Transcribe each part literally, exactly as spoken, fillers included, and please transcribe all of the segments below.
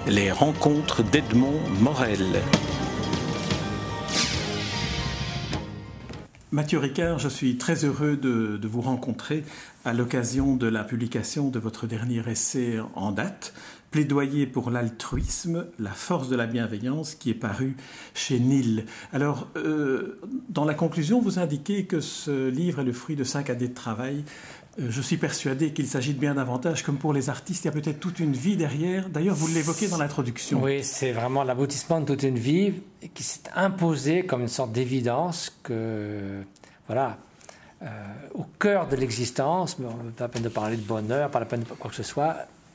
Les rencontres d'Edmond Morel. Mathieu Ricard, je suis très heureux de, de vous rencontrer à l'occasion de la publication de votre dernier essai en date, Plaidoyer pour l'altruisme, la force de la bienveillance, qui est paru chez N I L. Alors, euh, dans la conclusion, vous indiquez que ce livre est le fruit de cinq années de travail. Euh, je suis persuadé qu'il s'agit de bien davantage. Comme pour les artistes, il y a peut-être toute une vie derrière. D'ailleurs, vous l'évoquez dans l'introduction. Oui, c'est vraiment l'aboutissement de toute une vie qui s'est imposée comme une sorte d'évidence que, voilà, euh, au cœur de l'existence, mais on n'a pas la peine de parler de bonheur, pas la peine de quoi que ce soit,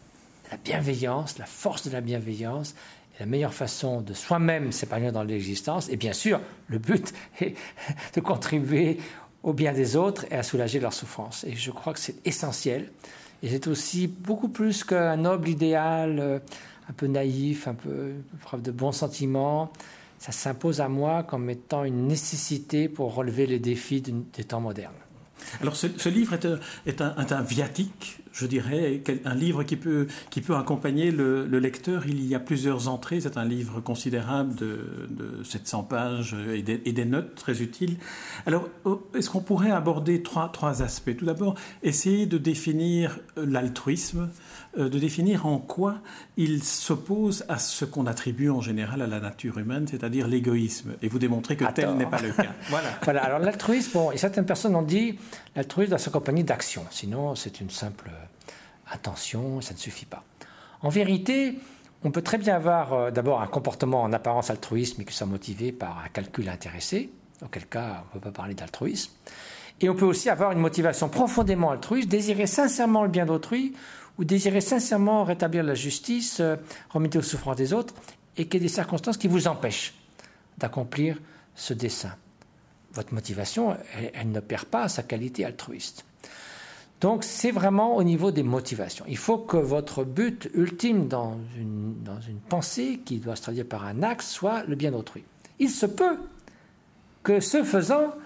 la bienveillance, la force de la bienveillance, est la meilleure façon de soi-même s'épanouir dans l'existence. Et bien sûr, le but est de contribuer au bien des autres et à soulager leur souffrance. Et je crois que c'est essentiel. Et c'est aussi beaucoup plus qu'un noble idéal, euh, un peu naïf, un peu preuve de bons sentiments. Ça s'impose à moi comme étant une nécessité pour relever les défis des temps modernes. Alors ce, ce livre est un, est, un, est un viatique, je dirais, un livre qui peut, qui peut accompagner le, le lecteur. Il y a plusieurs entrées, c'est un livre considérable de, de sept cents pages et des, et des notes très utiles. Alors, est-ce qu'on pourrait aborder trois, trois aspects ? Tout d'abord, essayer de définir l'altruisme, de définir en quoi il s'oppose à ce qu'on attribue en général à la nature humaine, c'est-à-dire l'égoïsme, et vous démontrez que tel n'est pas le cas. Voilà. Voilà. Alors l'altruisme, bon, et certaines personnes ont dit l'altruisme doit s'accompagner d'action, sinon c'est une simple attention, ça ne suffit pas. En vérité, on peut très bien avoir euh, d'abord un comportement en apparence altruiste, mais qui soit motivé par un calcul intéressé, auquel cas on ne peut pas parler d'altruisme. Et on peut aussi avoir une motivation profondément altruiste, désirer sincèrement le bien d'autrui, ou désirer sincèrement rétablir la justice, euh, remédier aux souffrances des autres, et qu'il y ait des circonstances qui vous empêchent d'accomplir ce dessein. Votre motivation, elle, elle ne perd pas sa qualité altruiste. Donc, c'est vraiment au niveau des motivations. Il faut que votre but ultime dans une, dans une pensée, qui doit se traduire par un axe, soit le bien d'autrui. Il se peut que, ce faisant,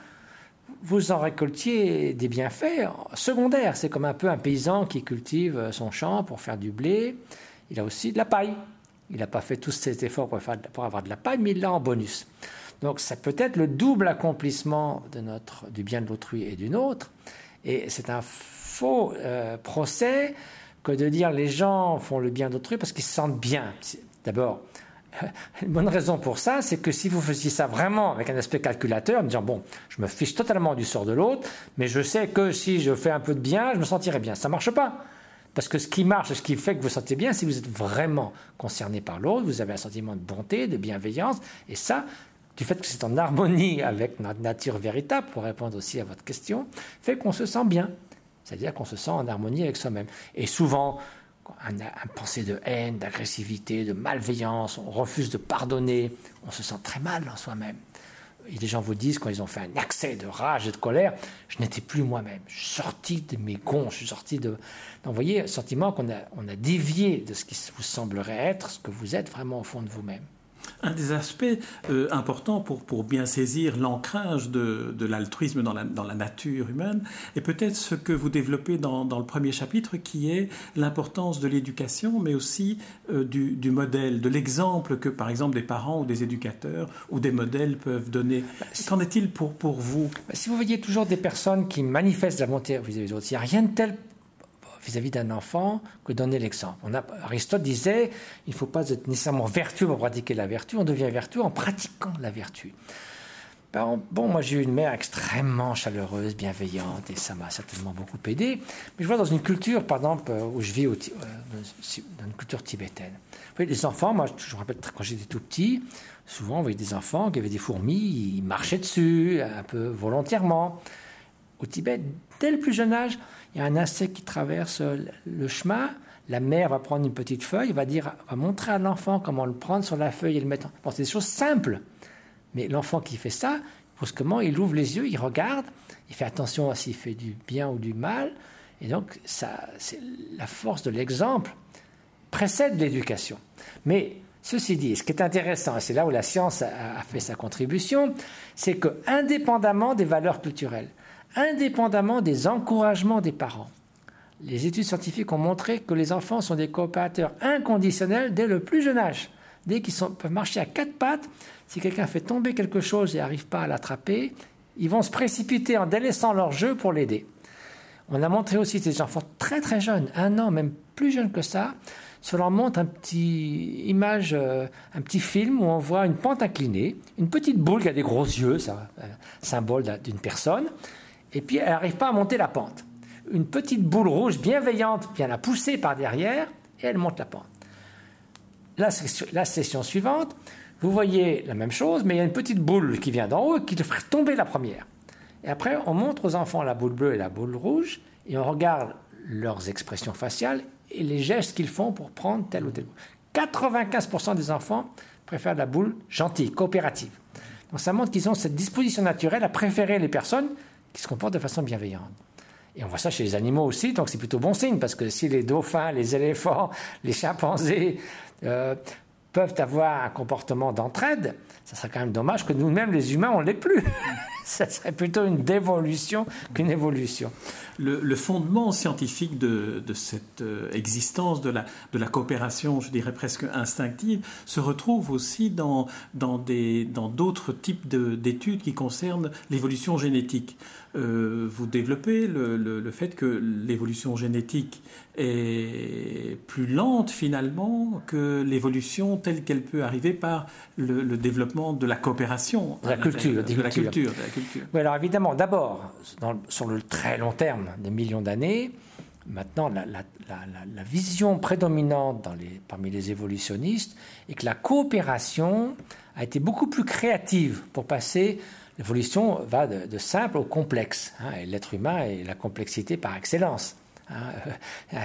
vous en récoltiez des bienfaits secondaires. C'est comme un peu un paysan qui cultive son champ pour faire du blé. Il a aussi de la paille. Il n'a pas fait tous ces efforts pour, faire, pour avoir de la paille, mais il l'a en bonus. Donc, ça peut être le double accomplissement de notre, du bien de l'autrui et du nôtre. Et c'est un faux euh, procès que de dire les gens font le bien d'autrui parce qu'ils se sentent bien. D'abord, une bonne raison pour ça, c'est que si vous faisiez ça vraiment avec un aspect calculateur, en disant, bon, je me fiche totalement du sort de l'autre, mais je sais que si je fais un peu de bien, je me sentirai bien. Ça ne marche pas. Parce que ce qui marche, ce qui fait que vous vous sentez bien, si vous êtes vraiment concerné par l'autre, vous avez un sentiment de bonté, de bienveillance, et ça, du fait que c'est en harmonie avec notre nature véritable, pour répondre aussi à votre question, fait qu'on se sent bien. C'est-à-dire qu'on se sent en harmonie avec soi-même. Et souvent, un, un pensée de haine, d'agressivité, de malveillance, on refuse de pardonner, on se sent très mal en soi-même. Et les gens vous disent, quand ils ont fait un accès de rage et de colère, je n'étais plus moi-même, je suis sorti de mes gonds, je suis sorti de... Donc vous voyez, le sentiment qu'on a, on a dévié de ce qui vous semblerait être, ce que vous êtes vraiment au fond de vous-même. Un des aspects euh, importants pour, pour bien saisir l'ancrage de, de l'altruisme dans la, dans la nature humaine est peut-être ce que vous développez dans, dans le premier chapitre, qui est l'importance de l'éducation, mais aussi euh, du, du modèle, de l'exemple que, par exemple, des parents ou des éducateurs ou des modèles peuvent donner. Bah, Qu'en est-il pour, pour vous ? Bah, si vous voyez toujours des personnes qui manifestent la bonté vis-à-vis des autres, il n'y a rien de tel vis-à-vis d'un enfant que donner l'exemple. On a, Aristote disait, il ne faut pas être nécessairement vertueux pour pratiquer la vertu, on devient vertueux en pratiquant la vertu. Ben, bon, moi j'ai eu une mère extrêmement chaleureuse, bienveillante, et ça m'a certainement beaucoup aidé. Mais je vois dans une culture, par exemple, où je vis, au, dans une culture tibétaine. Vous voyez, les enfants, moi je me rappelle quand j'étais tout petit, souvent on voyait des enfants qui avaient des fourmis, ils marchaient dessus, un peu volontairement. Au Tibet, dès le plus jeune âge, il y a un insecte qui traverse le chemin, la mère va prendre une petite feuille, va, dire, va montrer à l'enfant comment le prendre sur la feuille et le mettre. Bon, c'est des choses simples, mais l'enfant qui fait ça, brusquement, il ouvre les yeux, il regarde, il fait attention à s'il fait du bien ou du mal, et donc ça, c'est la force de l'exemple précède l'éducation. Mais ceci dit, ce qui est intéressant, et c'est là où la science a, a fait sa contribution, c'est que indépendamment des valeurs culturelles, indépendamment des encouragements des parents, les études scientifiques ont montré que les enfants sont des coopérateurs inconditionnels dès le plus jeune âge. Dès qu'ils sont, peuvent marcher à quatre pattes, si quelqu'un fait tomber quelque chose et n'arrive pas à l'attraper, ils vont se précipiter en délaissant leur jeu pour l'aider. On a montré aussi des enfants très très jeunes, un an, même plus jeunes que ça, se leur montre un petit image, euh, un petit film où on voit une pente inclinée, une petite boule qui a des gros yeux, ça, euh, symbole d'une personne, et puis elle n'arrive pas à monter la pente. Une petite boule rouge bienveillante vient la pousser par derrière et elle monte la pente. La, la session suivante, vous voyez la même chose, mais il y a une petite boule qui vient d'en haut et qui devrait tomber la première. Et après, on montre aux enfants la boule bleue et la boule rouge et on regarde leurs expressions faciales et les gestes qu'ils font pour prendre telle ou telle boule. quatre-vingt-quinze pour cent des enfants préfèrent la boule gentille, coopérative. Donc ça montre qu'ils ont cette disposition naturelle à préférer les personnes qui se comportent de façon bienveillante. Et on voit ça chez les animaux aussi, donc c'est plutôt bon signe, parce que si les dauphins, les éléphants, les chimpanzés euh, peuvent avoir un comportement d'entraide, ça serait quand même dommage que nous-mêmes, les humains, on ne l'ait plus. Ça serait plutôt une dévolution qu'une évolution. Le, le fondement scientifique de, de cette euh, existence de la, de la coopération, je dirais presque instinctive, se retrouve aussi dans, dans, des, dans d'autres types de, d'études qui concernent l'évolution génétique. Euh, vous développez le, le, le fait que l'évolution génétique est plus lente finalement que l'évolution telle qu'elle peut arriver par le, le développement de la coopération. De la culture. De la culture. De la culture. Oui, alors évidemment, d'abord, dans, sur le très long terme, des millions d'années, maintenant, la, la, la, la vision prédominante dans les, parmi les évolutionnistes est que la coopération a été beaucoup plus créative pour passer. L'évolution va de, de simple au complexe. Hein, et l'être humain est la complexité par excellence. Hein,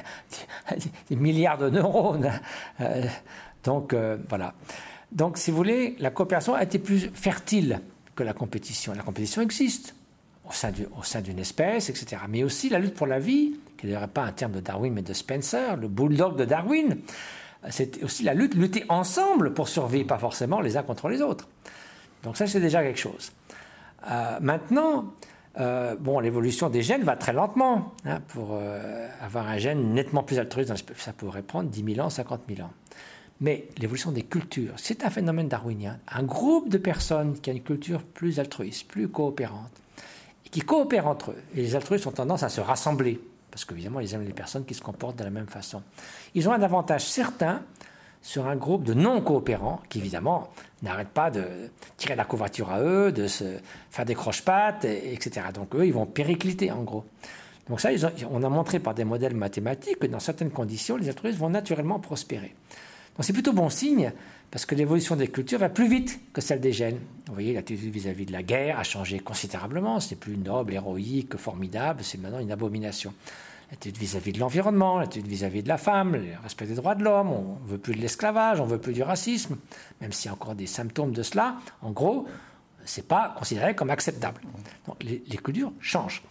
des milliards de neurones. Euh, donc, euh, voilà. Donc, si vous voulez, la coopération a été plus fertile que la compétition. La compétition existe au sein, du, au sein d'une espèce, et cetera. Mais aussi la lutte pour la vie, qui n'est pas un terme de Darwin, mais de Spencer, le bulldog de Darwin. C'est aussi la lutte, lutter ensemble pour survivre, pas forcément les uns contre les autres. Donc ça, c'est déjà quelque chose. Euh, maintenant, euh, bon, l'évolution des gènes va très lentement. Hein, pour euh, avoir un gène nettement plus altruiste, ça pourrait prendre dix mille ans, cinquante mille ans. Mais l'évolution des cultures, c'est un phénomène darwinien. Un groupe de personnes qui a une culture plus altruiste, plus coopérante, et qui coopèrent entre eux. Et les altruistes ont tendance à se rassembler, parce qu'évidemment, ils aiment les personnes qui se comportent de la même façon. Ils ont un avantage certain sur un groupe de non-coopérants qui, évidemment, n'arrêtent pas de tirer la couverture à eux, de se faire des croche-pattes, et cetera. Donc, eux, ils vont péricliter, en gros. Donc ça, ils ont, on a montré par des modèles mathématiques que dans certaines conditions, les altruistes vont naturellement prospérer. Donc c'est plutôt bon signe, parce que l'évolution des cultures va plus vite que celle des gènes. Vous voyez, l'attitude vis-à-vis de la guerre a changé considérablement. C'est plus noble, héroïque, formidable, c'est maintenant une abomination. L'attitude vis-à-vis de l'environnement, l'attitude vis-à-vis de la femme, le respect des droits de l'homme, on ne veut plus de l'esclavage, on ne veut plus du racisme, même s'il y a encore des symptômes de cela. En gros, ce n'est pas considéré comme acceptable. Donc les, les cultures changent.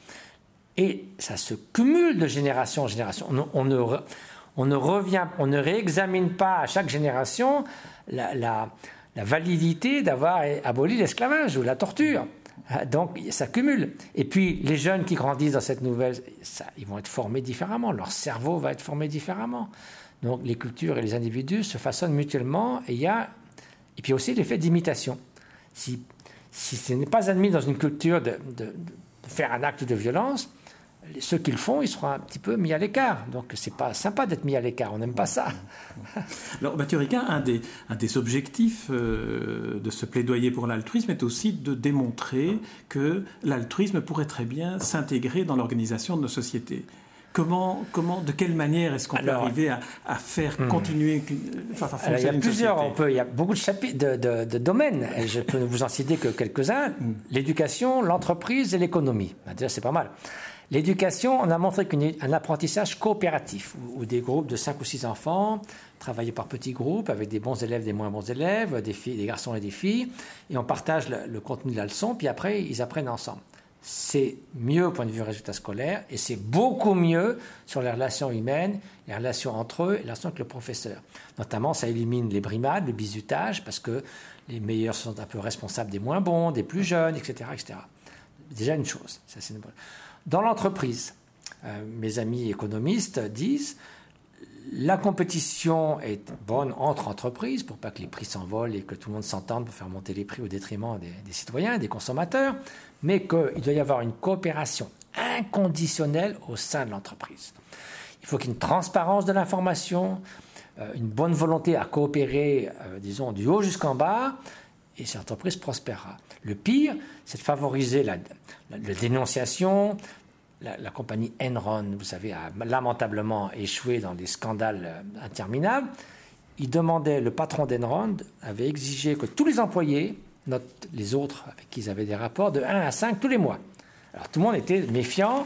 Et ça se cumule de génération en génération. On, on, ne, on, ne, revient, on ne réexamine pas à chaque génération la, la, la validité d'avoir aboli l'esclavage ou la torture. Donc, ça cumule. Et puis, les jeunes qui grandissent dans cette nouvelle, ça, ils vont être formés différemment. Leur cerveau va être formé différemment. Donc, les cultures et les individus se façonnent mutuellement. Et il y a, et puis aussi l'effet d'imitation. Si, si ce n'est pas admis dans une culture de, de, de faire un acte de violence, ceux qui le font, ils seront un petit peu mis à l'écart. Donc, c'est pas sympa d'être mis à l'écart. On n'aime pas ça. Alors, Mathieu Riquin, un des, un des objectifs euh, de ce plaidoyer pour l'altruisme est aussi de démontrer que l'altruisme pourrait très bien s'intégrer dans l'organisation de nos sociétés. Comment, comment, de quelle manière est-ce qu'on Alors, peut arriver à, à faire hmm. continuer enfin, à fonctionner Alors, il y a plusieurs, société. on peut, il y a beaucoup de, chapitres, de, de, de domaines. Et je peux vous en citer que quelques-uns. Hmm. L'éducation, l'entreprise et l'économie. Déjà, c'est pas mal. L'éducation, on a montré qu'un apprentissage coopératif, où, où des groupes de cinq ou six enfants travaillaient par petits groupes avec des bons élèves, des moins bons élèves, des, filles, des garçons et des filles, et on partage le, le contenu de la leçon, puis après, ils apprennent ensemble. C'est mieux au point de vue résultat scolaire, et c'est beaucoup mieux sur les relations humaines, les relations entre eux et les relations avec le professeur. Notamment, ça élimine les brimades, le bizutage, parce que les meilleurs sont un peu responsables des moins bons, des plus jeunes, et cetera, et cetera. Déjà une chose, ça c'est une bonne. Dans l'entreprise, euh, mes amis économistes disent la compétition est bonne entre entreprises pour pas que les prix s'envolent et que tout le monde s'entende pour faire monter les prix au détriment des, des citoyens et des consommateurs, mais qu'il doit y avoir une coopération inconditionnelle au sein de l'entreprise. Il faut qu'il y ait une transparence de l'information, euh, une bonne volonté à coopérer, euh, disons, du haut jusqu'en bas, et cette entreprise prospérera. Le pire, c'est de favoriser la, la, la dénonciation. La, la compagnie Enron, vous savez, a lamentablement échoué dans des scandales interminables. Il demandait, le patron d'Enron avait exigé que tous les employés notent les autres avec qui ils avaient des rapports de un à cinq tous les mois. Alors tout le monde était méfiant,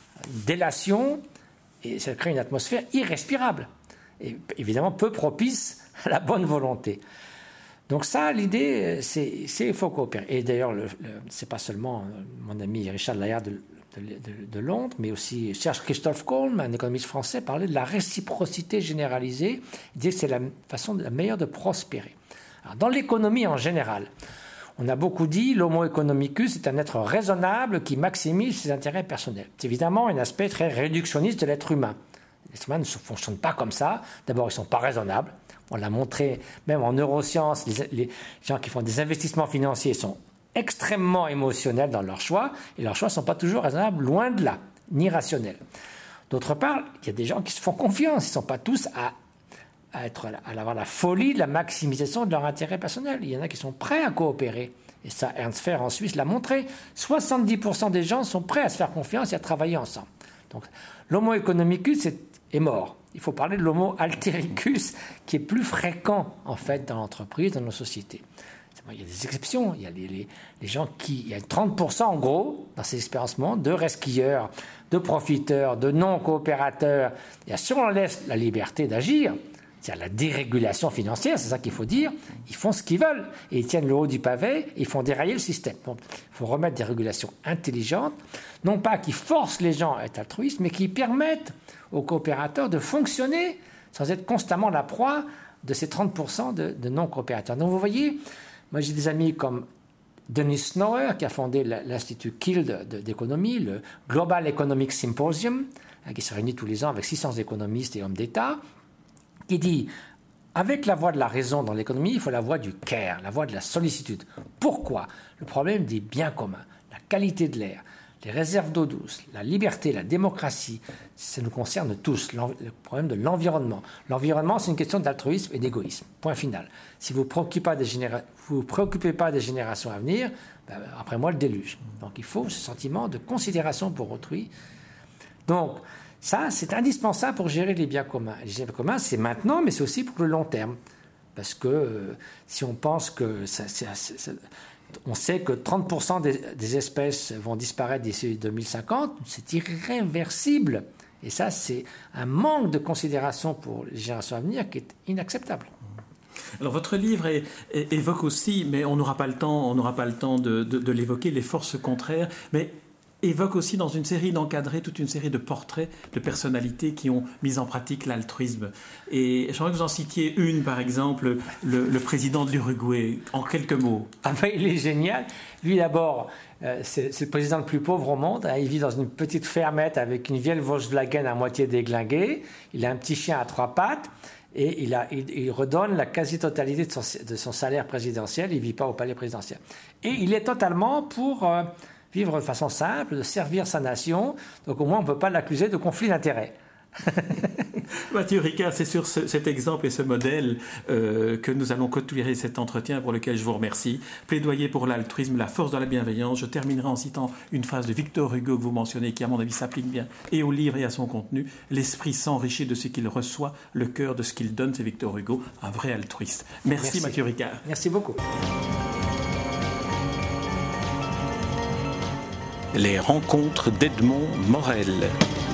délation, et ça crée une atmosphère irrespirable, et évidemment peu propice à la bonne volonté. Donc ça, l'idée, c'est qu'il faut coopérer. Et d'ailleurs, ce n'est pas seulement mon ami Richard Layard de De, de, de Londres, mais aussi Serge Christophe Kolm, un économiste français, parlait de la réciprocité généralisée. Il disait que c'est la façon la meilleure de prospérer. Alors, dans l'économie en général, on a beaucoup dit l'homo economicus est un être raisonnable qui maximise ses intérêts personnels. C'est évidemment un aspect très réductionniste de l'être humain. Les humains ne fonctionnent pas comme ça. D'abord, ils ne sont pas raisonnables. On l'a montré même en neurosciences, les, les gens qui font des investissements financiers sont extrêmement émotionnels dans leurs choix, et leurs choix ne sont pas toujours raisonnables, loin de là, ni rationnels. D'autre part, il y a des gens qui se font confiance, ils ne sont pas tous à, à, être, à avoir la folie de la maximisation de leur intérêt personnel. Il y en a qui sont prêts à coopérer, et ça, Ernst Fehr en Suisse l'a montré, soixante-dix pour cent des gens sont prêts à se faire confiance et à travailler ensemble. Donc, l'homo economicus est, est mort. Il faut parler de l'homo altericus, qui est plus fréquent, en fait, dans l'entreprise, dans nos sociétés. Il y a des exceptions, il y a les, les, les gens qui... Il y a trente pour cent en gros, dans ces expériences mondes, de resquilleurs, de profiteurs, de non-coopérateurs. Et si on laisse la liberté d'agir, c'est-à-dire la dérégulation financière, c'est ça qu'il faut dire, ils font ce qu'ils veulent. Et ils tiennent le haut du pavé, et ils font dérailler le système. Donc, il faut remettre des régulations intelligentes, non pas qui forcent les gens à être altruistes, mais qui permettent aux coopérateurs de fonctionner sans être constamment la proie de ces trente pour cent de, de non-coopérateurs. Donc vous voyez... Moi, j'ai des amis comme Denis Snauer, qui a fondé l'Institut Kiel d'économie, le Global Economic Symposium, qui se réunit tous les ans avec six cents économistes et hommes d'État, qui dit, avec la voie de la raison dans l'économie, il faut la voie du care, la voie de la sollicitude. Pourquoi ? Le problème des biens communs, la qualité de l'air, les réserves d'eau douce, la liberté, la démocratie, ça nous concerne tous. Le problème de l'environnement. L'environnement, c'est une question d'altruisme et d'égoïsme. Point final. Si vous ne vous, vous préoccupez pas des générations à venir, ben, après moi, le déluge. Donc, il faut ce sentiment de considération pour autrui. Donc, ça, c'est indispensable pour gérer les biens communs. Les biens communs, c'est maintenant, mais c'est aussi pour le long terme. Parce que euh, si on pense que ça... ça, ça, ça on sait que trente pour cent des, des espèces vont disparaître d'ici deux mille cinquante, c'est irréversible. Et ça, c'est un manque de considération pour les générations à venir qui est inacceptable. Alors votre livre est, est, évoque aussi, mais on n'aura pas le temps, on n'aura pas le temps de, de, de l'évoquer, les forces contraires, mais évoque aussi dans une série d'encadrés toute une série de portraits de personnalités qui ont mis en pratique l'altruisme. Et j'aimerais que vous en citiez une, par exemple, le, le président de l'Uruguay, en quelques mots. Ah ben, il est génial. Lui, d'abord, euh, c'est, c'est le président le plus pauvre au monde. Hein. Il vit dans une petite fermette avec une vieille Volkswagen à moitié déglinguée. Il a un petit chien à trois pattes. Et il, a, il, il redonne la quasi-totalité de son, de son salaire présidentiel. Il ne vit pas au palais présidentiel. Et il est totalement pour... Euh, vivre de façon simple, de servir sa nation. Donc au moins, on ne peut pas l'accuser de conflit d'intérêts. Mathieu Ricard, c'est sur ce, cet exemple et ce modèle euh, que nous allons clôturer cet entretien pour lequel je vous remercie. Plaidoyer pour l'altruisme, la force de la bienveillance. Je terminerai en citant une phrase de Victor Hugo que vous mentionnez, qui à mon avis s'applique bien et au livre et à son contenu. L'esprit s'enrichit de ce qu'il reçoit, le cœur de ce qu'il donne. C'est Victor Hugo, un vrai altruiste. Merci, Merci. Mathieu Ricard. Merci beaucoup. Les rencontres d'Edmond Morel.